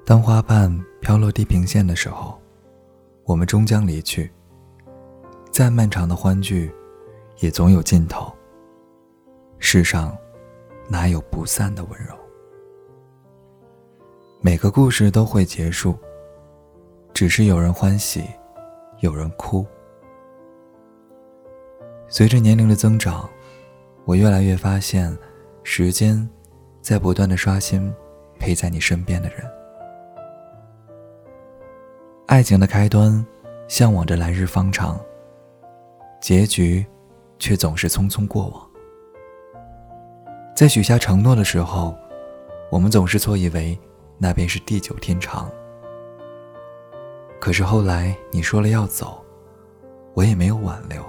当花瓣飘落地平线的时候，我们终将离去。再漫长的欢聚，也总有尽头。世上哪有不散的温柔？每个故事都会结束，只是有人欢喜，有人哭。随着年龄的增长，我越来越发现，时间在不断地刷新陪在你身边的人。爱情的开端向往着来日方长，结局却总是匆匆过往。在许下承诺的时候，我们总是错以为那便是地久天长。可是后来你说了要走，我也没有挽留，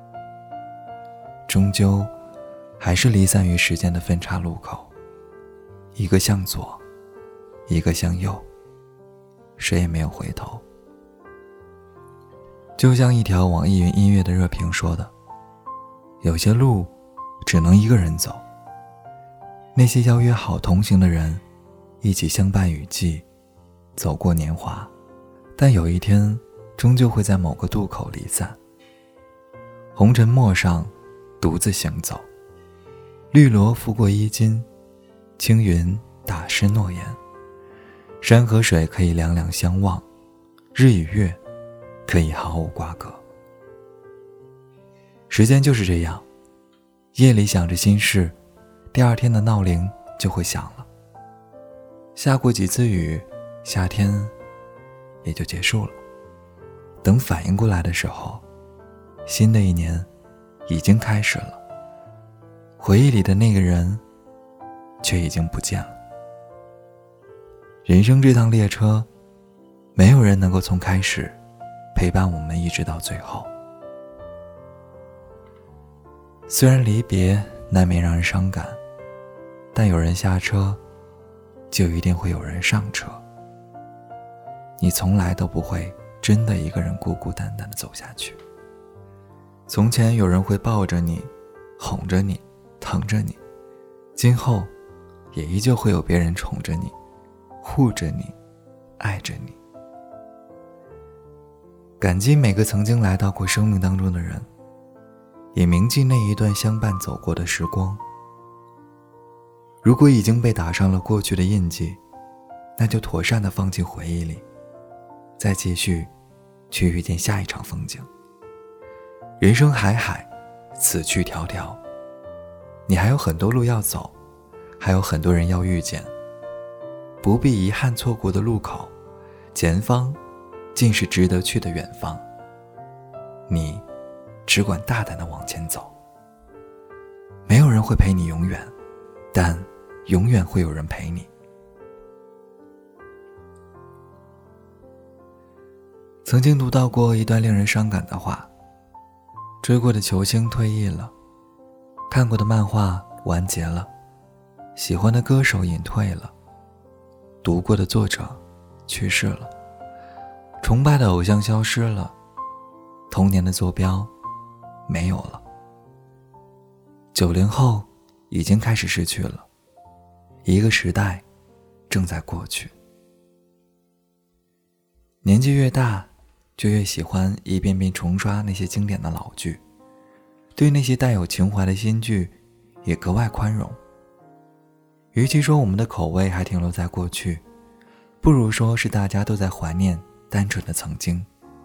终究还是离散于时间的分岔路口，一个向左，一个向右，谁也没有回头。就像一条网易云音乐的热评说的，有些路只能一个人走，那些邀约好同行的人，一起相伴雨季，走过年华，但有一天终究会在某个渡口离散。红尘陌上，独自行走，绿萝拂过衣襟，青云打湿诺言。山和水可以两两相望，日与月可以毫无瓜葛。时间就是这样，夜里想着心事，第二天的闹铃就会响了。下过几次雨，夏天也就结束了。等反应过来的时候，新的一年已经开始了，回忆里的那个人却已经不见了。人生这趟列车，没有人能够从开始陪伴我们一直到最后。虽然离别难免让人伤感，但有人下车，就一定会有人上车。你从来都不会真的一个人孤孤单单地走下去。从前有人会抱着你，哄着你，疼着你，今后也依旧会有别人宠着你，护着你，爱着你。感激每个曾经来到过生命当中的人，也铭记那一段相伴走过的时光。如果已经被打上了过去的印记，那就妥善地放进回忆里，再继续去遇见下一场风景。人生海海，此去迢迢，你还有很多路要走，还有很多人要遇见。不必遗憾错过的路口，前方尽是值得去的远方。你只管大胆地往前走。没有人会陪你永远，但永远会有人陪你。曾经读到过一段令人伤感的话，追过的球星退役了，看过的漫画完结了，喜欢的歌手隐退了，读过的作者去世了，崇拜的偶像消失了，童年的坐标没有了。90后已经开始失去了，一个时代正在过去。年纪越大，就越喜欢一遍遍重刷那些经典的老剧，对那些带有情怀的新剧也格外宽容。与其说我们的口味还停留在过去，不如说是大家都在怀念单纯的曾经。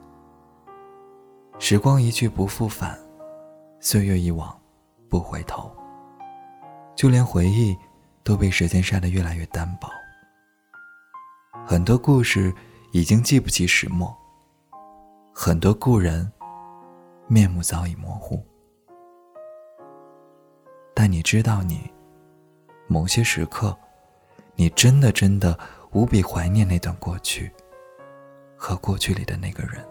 时光一去不复返，岁月一往不回头，就连回忆都被时间晒得越来越单薄。很多故事已经记不起始末，很多故人面目早已模糊。但你知道，某些时刻，你真的无比怀念那段过去和过去里的那个人。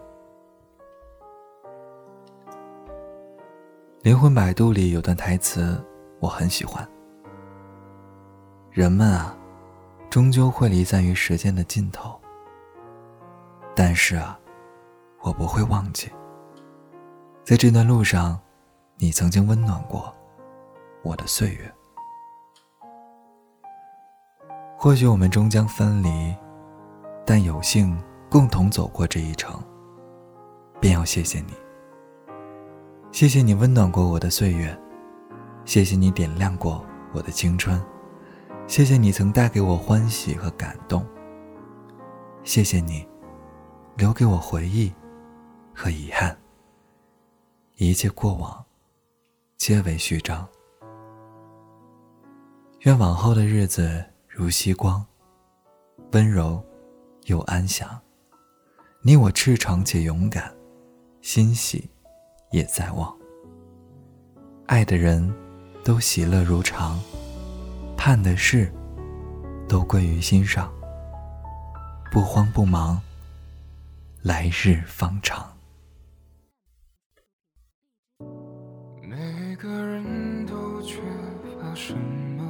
灵魂摆渡里有段台词我很喜欢，人们啊，终究会离散于时间的尽头，但是啊，我不会忘记，在这段路上，你曾经温暖过我的岁月。或许我们终将分离， 但有幸共同走过这一程，便要谢谢你。谢谢你温暖过我的岁月，谢谢你点亮过我的青春，谢谢你曾带给我欢喜和感动，谢谢你留给我回忆和遗憾，一切过往皆为序章。愿往后的日子如夕光，温柔又安详，你我赤诚且勇敢，欣喜也在望。爱的人都喜乐如常，盼的事都归于心上，不慌不忙，来日方长。 每个人都缺乏什么，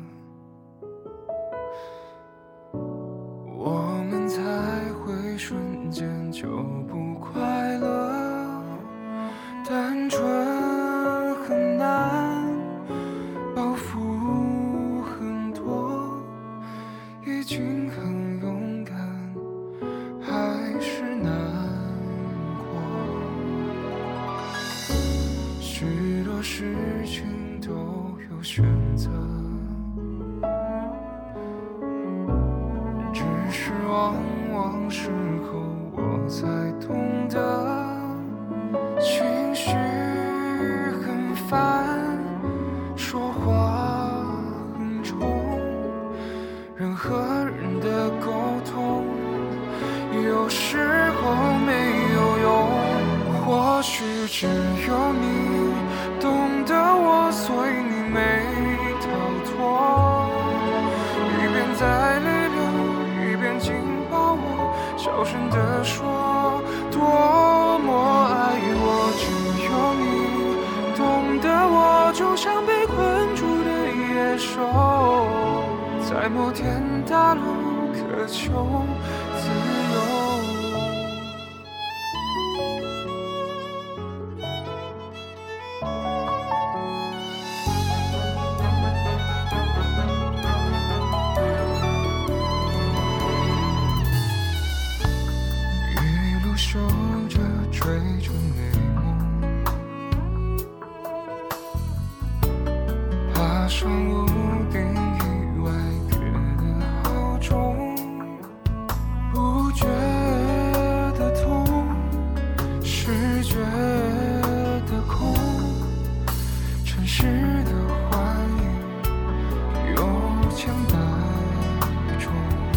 我们才会瞬间就不快乐。单纯很难，包袱很多，已经很勇敢，还是难过。许多事情都有选择，只是往往时候我才懂得，情绪很烦，说话很冲，人和人的沟通有时候没有用。或许只有你懂得我，所以你没逃脱，一边在泪流，一边紧抱我，小声地说多么爱我。只有你懂得我，就像被困住的野兽，在摩天大楼渴求自由。守着追逐美梦，爬上屋顶，意外跌得好重，不觉得痛，是觉得空，城市的幻影有千百种，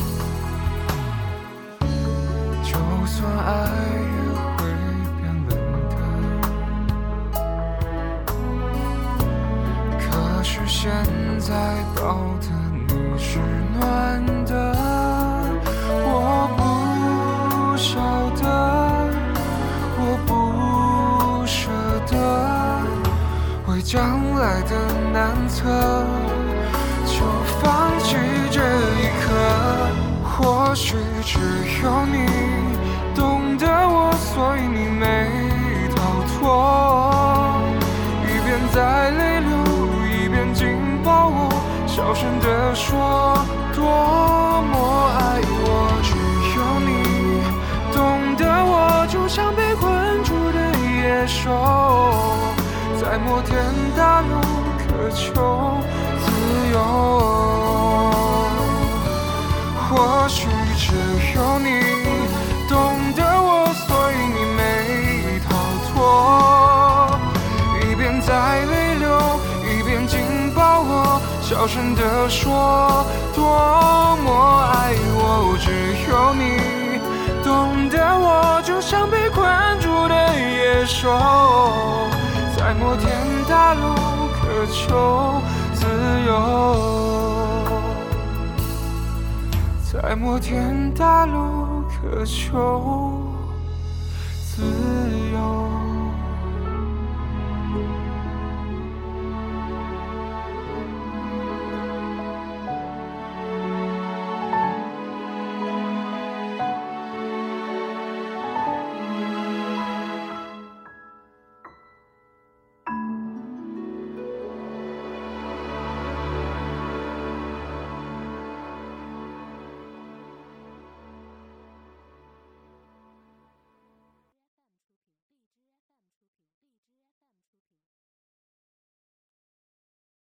就算爱也会变冷的，可是现在抱的你是暖的。我不晓得，我不舍得，为将来的难测，就放弃这一刻。或许只有你懂得我，所以你没逃脱，一边在泪流，一边紧抱我，小声地说多么爱我。只有你懂得我，就像被困住的野兽，在摩天大楼渴求自由。或许只有你懂得我，所以你没逃脱，一边在泪流，一边紧抱我，小声地说多么爱我。只有你懂得我，就像被困住的野兽，在摩天大楼渴求自由，在摩天大楼渴求自由。